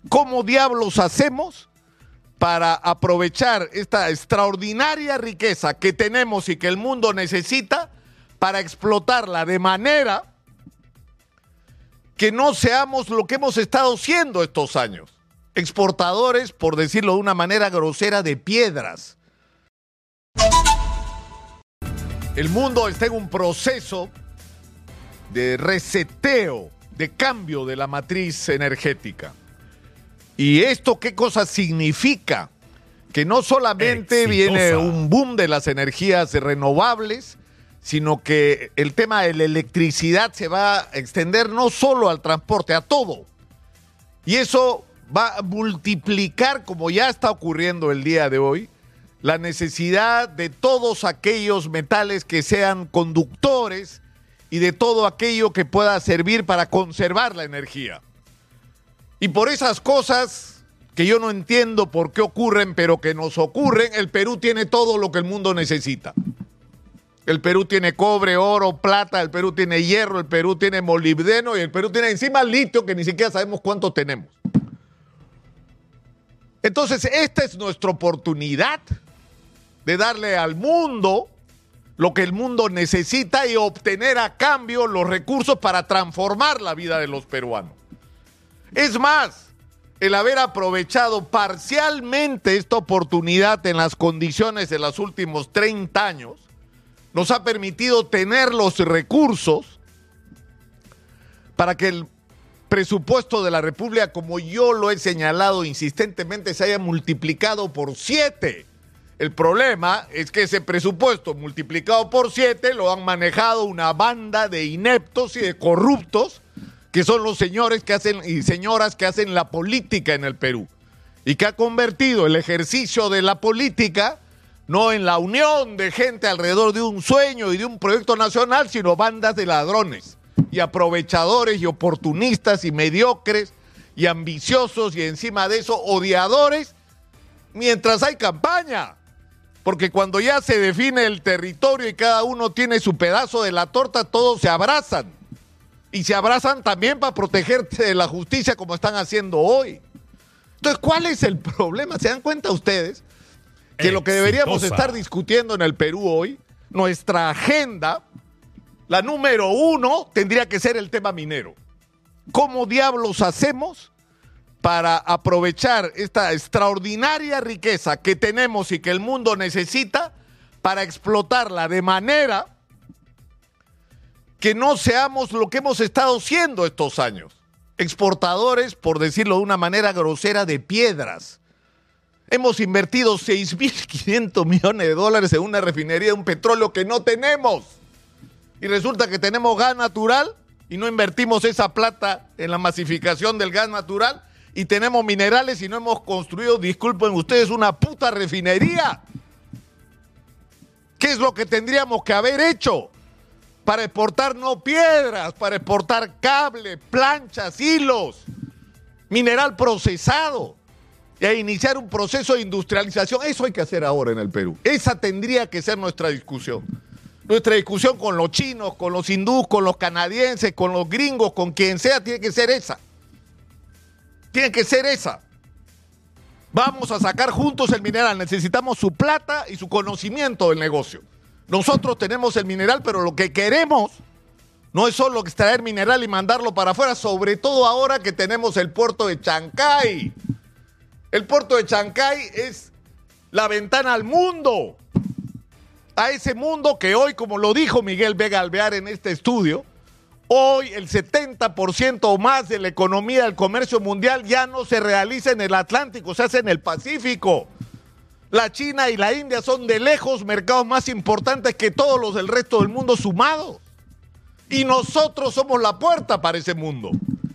¿Cómo diablos hacemos para aprovechar esta extraordinaria riqueza que tenemos y que el mundo necesita para explotarla de manera que no seamos lo que hemos estado siendo estos años? Exportadores, por decirlo de una manera grosera, de piedras. El mundo está en un proceso de reseteo, de cambio de la matriz energética. ¿Y esto qué cosa significa? Que no solamente viene un boom de las energías renovables, sino que el tema de la electricidad se va a extender no solo al transporte, a todo. Y eso va a multiplicar, como ya está ocurriendo el día de hoy, la necesidad de todos aquellos metales que sean conductores y de todo aquello que pueda servir para conservar la energía. Y por esas cosas que yo no entiendo por qué ocurren, pero que nos ocurren, el Perú tiene todo lo que el mundo necesita. El Perú tiene cobre, oro, plata, el Perú tiene hierro, el Perú tiene molibdeno y el Perú tiene encima litio que ni siquiera sabemos cuánto tenemos. Entonces, esta es nuestra oportunidad de darle al mundo lo que el mundo necesita y obtener a cambio los recursos para transformar la vida de los peruanos. Es más, el haber aprovechado parcialmente esta oportunidad en las condiciones de los últimos 30 años nos ha permitido tener los recursos para que el presupuesto de la República, como yo lo he señalado insistentemente, se haya multiplicado por 7. El problema es que ese presupuesto multiplicado por 7 lo han manejado una banda de ineptos y de corruptos que son los señores que hacen y señoras que hacen la política en el Perú y que ha convertido el ejercicio de la política no en la unión de gente alrededor de un sueño y de un proyecto nacional, sino bandas de ladrones y aprovechadores y oportunistas y mediocres y ambiciosos y encima de eso odiadores mientras hay campaña. Porque cuando ya se define el territorio y cada uno tiene su pedazo de la torta, todos se abrazan. Y se abrazan también para protegerse de la justicia como están haciendo hoy. Entonces, ¿cuál es el problema? ¿Se dan cuenta ustedes que lo que deberíamos estar discutiendo en el Perú hoy, nuestra agenda, la número 1, tendría que ser el tema minero? ¿Cómo diablos hacemos para aprovechar esta extraordinaria riqueza que tenemos y que el mundo necesita para explotarla de manera que no seamos lo que hemos estado siendo estos años? Exportadores, por decirlo de una manera grosera, de piedras. Hemos invertido $6.500 millones en una refinería de un petróleo que no tenemos. Y resulta que tenemos gas natural y no invertimos esa plata en la masificación del gas natural. Y tenemos minerales y no hemos construido, disculpen ustedes, una puta refinería. ¿Qué es lo que tendríamos que haber hecho? Para exportar no piedras, para exportar cable, planchas, hilos, mineral procesado y a iniciar un proceso de industrialización. Eso hay que hacer ahora en el Perú. Esa tendría que ser nuestra discusión. Nuestra discusión con los chinos, con los hindúes, con los canadienses, con los gringos, con quien sea, tiene que ser esa. Tiene que ser esa. Vamos a sacar juntos el mineral. Necesitamos su plata y su conocimiento del negocio. Nosotros tenemos el mineral, pero lo que queremos no es solo extraer mineral y mandarlo para afuera, sobre todo ahora que tenemos el puerto de Chancay. El puerto de Chancay es la ventana al mundo. A ese mundo que hoy, como lo dijo Miguel Vega Alvear en este estudio, hoy el 70% o más de la economía del comercio mundial ya no se realiza en el Atlántico, se hace en el Pacífico. La China y la India son de lejos mercados más importantes que todos los del resto del mundo sumados. Y nosotros somos la puerta para ese mundo.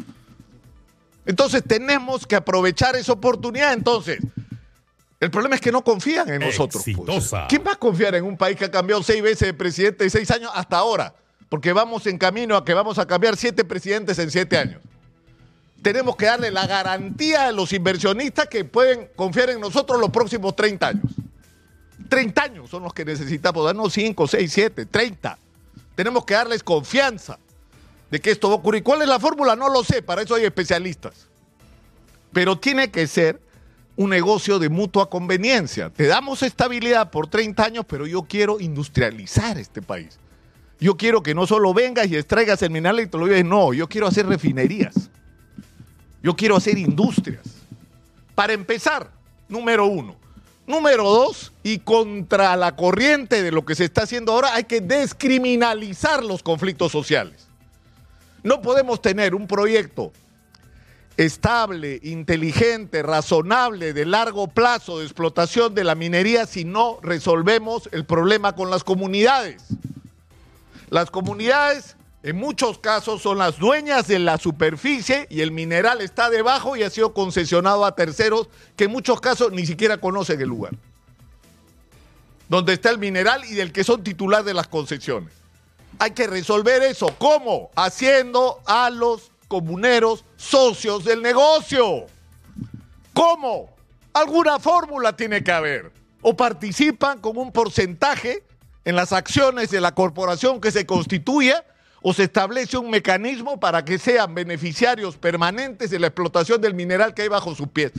Entonces tenemos que aprovechar esa oportunidad. Entonces, el problema es que no confían en nosotros. Pues. ¿Quién va a confiar en un país que ha cambiado 6 veces de presidente en 6 años hasta ahora? Porque vamos en camino a que vamos a cambiar 7 presidentes en 7 años. Tenemos que darle la garantía a los inversionistas que pueden confiar en nosotros los próximos 30 años. 30 años son los que necesitamos, darnos 5, 6, 7, 30. Tenemos que darles confianza de que esto va a ocurrir. ¿Cuál es la fórmula? No lo sé, para eso hay especialistas. pero tiene que ser un negocio de mutua conveniencia. Te damos estabilidad por 30 años, pero yo quiero industrializar este país. Yo quiero que no solo vengas y extraigas el mineral y te lo lleves, no, yo quiero hacer refinerías. Yo quiero hacer industrias. Para empezar, número 1. Número 2, y contra la corriente de lo que se está haciendo ahora, hay que descriminalizar los conflictos sociales. No podemos tener un proyecto estable, inteligente, razonable, de largo plazo de explotación de la minería si no resolvemos el problema con las comunidades. Las comunidades, en muchos casos, son las dueñas de la superficie y el mineral está debajo y ha sido concesionado a terceros que en muchos casos ni siquiera conocen el lugar donde está el mineral y del que son titular de las concesiones. Hay que resolver eso. ¿Cómo? Haciendo a los comuneros socios del negocio. ¿Cómo? Alguna fórmula tiene que haber. O participan con un porcentaje en las acciones de la corporación que se constituya, o se establece un mecanismo para que sean beneficiarios permanentes de la explotación del mineral que hay bajo sus pies.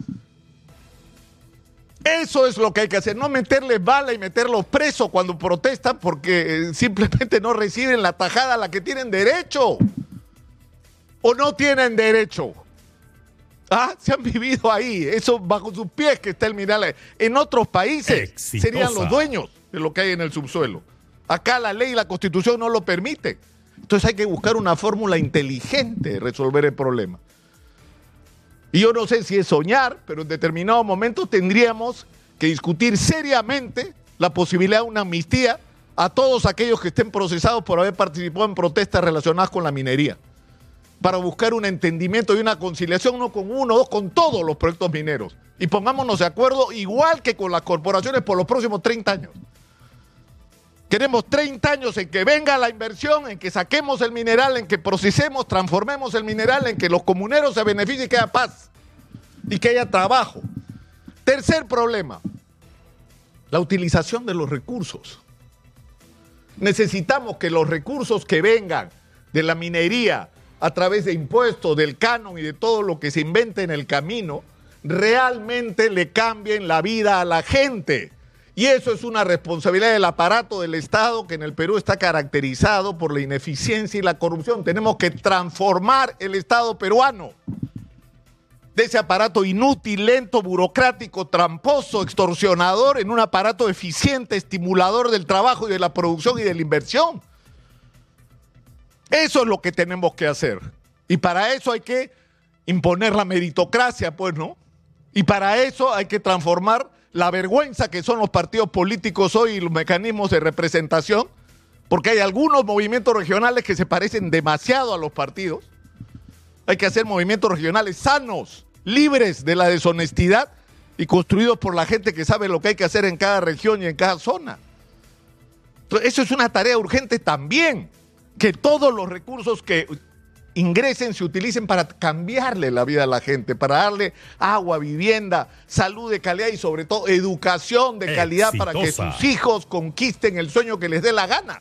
Eso es lo que hay que hacer, no meterles bala y meterlos presos cuando protestan porque simplemente no reciben la tajada a la que tienen derecho. ¿O no tienen derecho? Se han vivido ahí, eso bajo sus pies que está el mineral. En otros países serían los dueños de lo que hay en el subsuelo. Acá la ley y la Constitución no lo permiten. Entonces hay que buscar una fórmula inteligente de resolver el problema. Y yo no sé si es soñar, pero en determinado momento tendríamos que discutir seriamente la posibilidad de una amnistía a todos aquellos que estén procesados por haber participado en protestas relacionadas con la minería, para buscar un entendimiento y una conciliación, no con uno, dos, con todos los proyectos mineros. Y pongámonos de acuerdo, igual que con las corporaciones, por los próximos 30 años. Queremos 30 años en que venga la inversión, en que saquemos el mineral, en que procesemos, transformemos el mineral, en que los comuneros se beneficien y que haya paz y que haya trabajo. Tercer problema, la utilización de los recursos. Necesitamos que los recursos que vengan de la minería a través de impuestos, del canon y de todo lo que se invente en el camino, realmente le cambien la vida a la gente. Y eso es una responsabilidad del aparato del Estado que en el Perú está caracterizado por la ineficiencia y la corrupción. Tenemos que transformar el Estado peruano de ese aparato inútil, lento, burocrático, tramposo, extorsionador, en un aparato eficiente, estimulador del trabajo y de la producción y de la inversión. Eso es lo que tenemos que hacer. Y para eso hay que imponer la meritocracia, pues, ¿no? Y para eso hay que transformar la vergüenza que son los partidos políticos hoy y los mecanismos de representación, porque hay algunos movimientos regionales que se parecen demasiado a los partidos. Hay que hacer movimientos regionales sanos, libres de la deshonestidad y construidos por la gente que sabe lo que hay que hacer en cada región y en cada zona. Entonces, eso es una tarea urgente también, que todos los recursos que ingresen se utilicen para cambiarle la vida a la gente, para darle agua, vivienda, salud de calidad y sobre todo educación de calidad para que sus hijos conquisten el sueño que les dé la gana.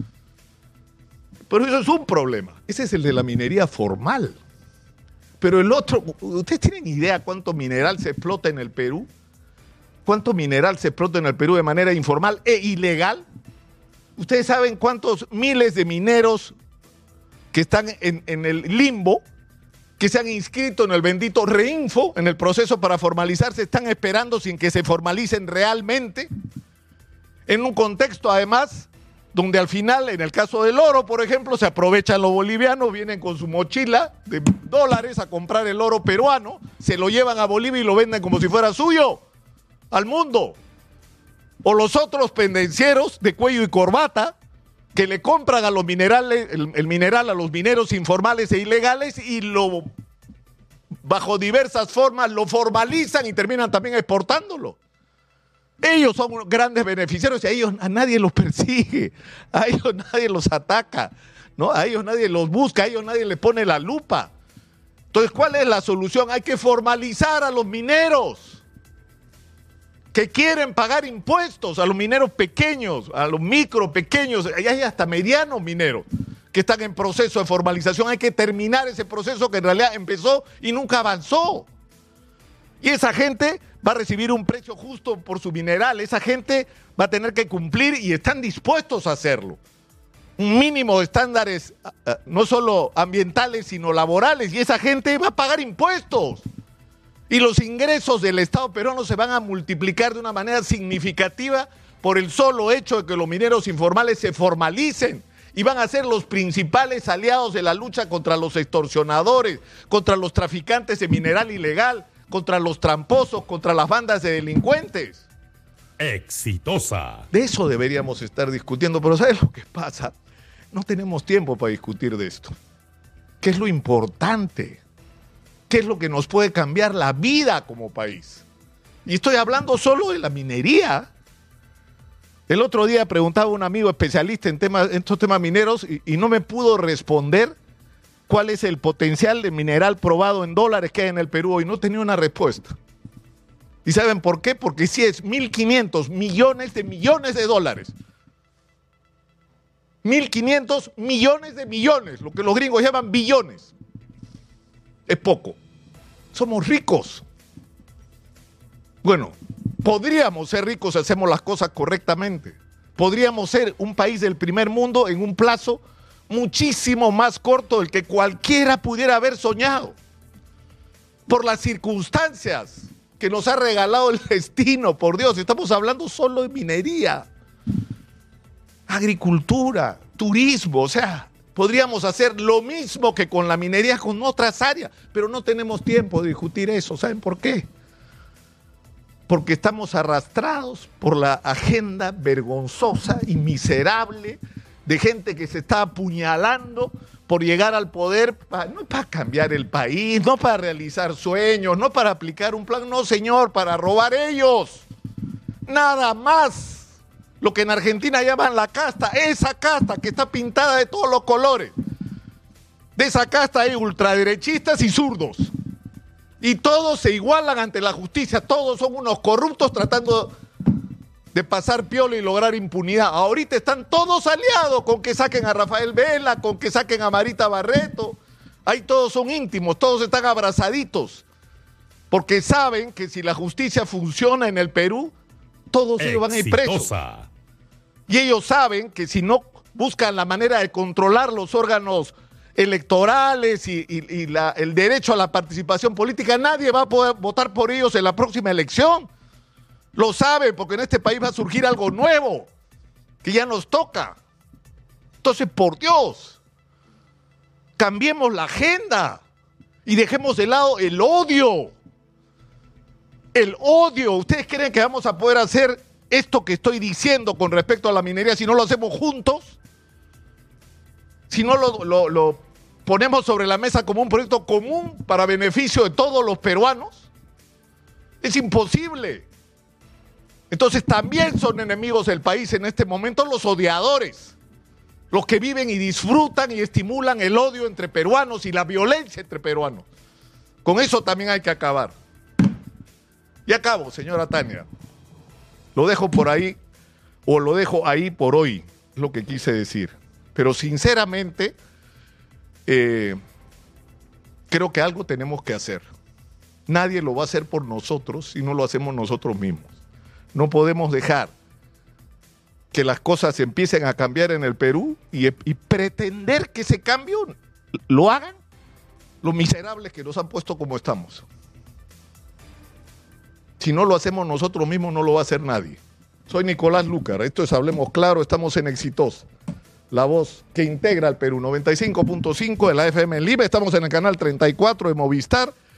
Pero eso es un problema. Ese es el de la minería formal. Pero el otro, ¿ustedes tienen idea cuánto mineral se explota en el Perú? ¿Cuánto mineral se explota en el Perú de manera informal e ilegal? ¿Ustedes saben cuántos miles de mineros que están en el limbo, que se han inscrito en el bendito Reinfo, en el proceso para formalizarse, están esperando sin que se formalicen realmente? En un contexto, además, donde al final, en el caso del oro, por ejemplo, se aprovechan los bolivianos, vienen con su mochila de dólares a comprar el oro peruano, se lo llevan a Bolivia y lo venden como si fuera suyo al mundo. O los otros pendencieros de cuello y corbata que le compran a los minerales, el mineral a los mineros informales e ilegales y lo, bajo diversas formas, lo formalizan y terminan también exportándolo. Ellos son grandes beneficiarios y a ellos a nadie los persigue, a ellos nadie los ataca, ¿no? A ellos nadie los busca, a ellos nadie les pone la lupa. Entonces, ¿cuál es la solución? Hay que formalizar a los mineros que quieren pagar impuestos, a los mineros pequeños, a los micro, pequeños, y hay hasta medianos mineros que están en proceso de formalización. Hay que terminar ese proceso que en realidad empezó y nunca avanzó. Y esa gente va a recibir un precio justo por su mineral. Esa gente va a tener que cumplir y están dispuestos a hacerlo. Un mínimo de estándares, no solo ambientales, sino laborales. Y esa gente va a pagar impuestos. Y los ingresos del Estado peruano se van a multiplicar de una manera significativa por el solo hecho de que los mineros informales se formalicen y van a ser los principales aliados de la lucha contra los extorsionadores, contra los traficantes de mineral ilegal, contra los tramposos, contra las bandas de delincuentes. Exitosa. De eso deberíamos estar discutiendo, pero ¿sabes lo que pasa? No tenemos tiempo para discutir de esto. ¿Qué es lo importante? ¿Qué es lo que nos puede cambiar la vida como país? Y estoy hablando solo de la minería. El otro día preguntaba a un amigo especialista en estos temas mineros y no me pudo responder cuál es el potencial de mineral probado en dólares que hay en el Perú hoy. No tenía una respuesta. ¿Y saben por qué? Porque sí es 1.500 millones de dólares. 1.500 millones de millones, lo que los gringos llaman billones. Es poco. Somos ricos. Bueno, podríamos ser ricos si hacemos las cosas correctamente. Podríamos ser un país del primer mundo en un plazo muchísimo más corto del que cualquiera pudiera haber soñado. Por las circunstancias que nos ha regalado el destino, por Dios, estamos hablando solo de minería, agricultura, turismo, o sea, podríamos hacer lo mismo que con la minería con otras áreas, pero no tenemos tiempo de discutir eso. ¿Saben por qué? Porque estamos arrastrados por la agenda vergonzosa y miserable de gente que se está apuñalando por llegar al poder, no para cambiar el país, no para realizar sueños, no para aplicar un plan, no señor, para robar ellos. Nada más. Lo que en Argentina llaman la casta, esa casta que está pintada de todos los colores. De esa casta hay ultraderechistas y zurdos. Y todos se igualan ante la justicia, todos son unos corruptos tratando de pasar piola y lograr impunidad. Ahorita están todos aliados con que saquen a Rafael Vela, con que saquen a Marita Barreto. Ahí todos son íntimos, todos están abrazaditos. Porque saben que si la justicia funciona en el Perú, todos ellos van a ir presos. Y ellos saben que si no buscan la manera de controlar los órganos electorales y el derecho a la participación política, nadie va a poder votar por ellos en la próxima elección. Lo saben, porque en este país va a surgir algo nuevo, que ya nos toca. Entonces, por Dios, cambiemos la agenda y dejemos de lado el odio. El odio. ¿Ustedes creen que vamos a poder hacer esto que estoy diciendo con respecto a la minería si no lo hacemos juntos? Si no lo ponemos sobre la mesa como un proyecto común para beneficio de todos los peruanos. Es imposible. Entonces también son enemigos del país en este momento los odiadores, los que viven y disfrutan y estimulan el odio entre peruanos y la violencia entre peruanos. Con eso también hay que acabar. Y acabo, señora Tania. Lo dejo por ahí, o lo dejo ahí por hoy, es lo que quise decir. Pero sinceramente, creo que algo tenemos que hacer. Nadie lo va a hacer por nosotros si no lo hacemos nosotros mismos. No podemos dejar que las cosas empiecen a cambiar en el Perú y pretender que ese cambio lo hagan los miserables que nos han puesto como estamos. Si no lo hacemos nosotros mismos, no lo va a hacer nadie. Soy Nicolás Lúcar, esto es Hablemos Claro, estamos en Exitosa, la voz que integra al Perú, 95.5 de la FM en Lima, estamos en el canal 34 de Movistar.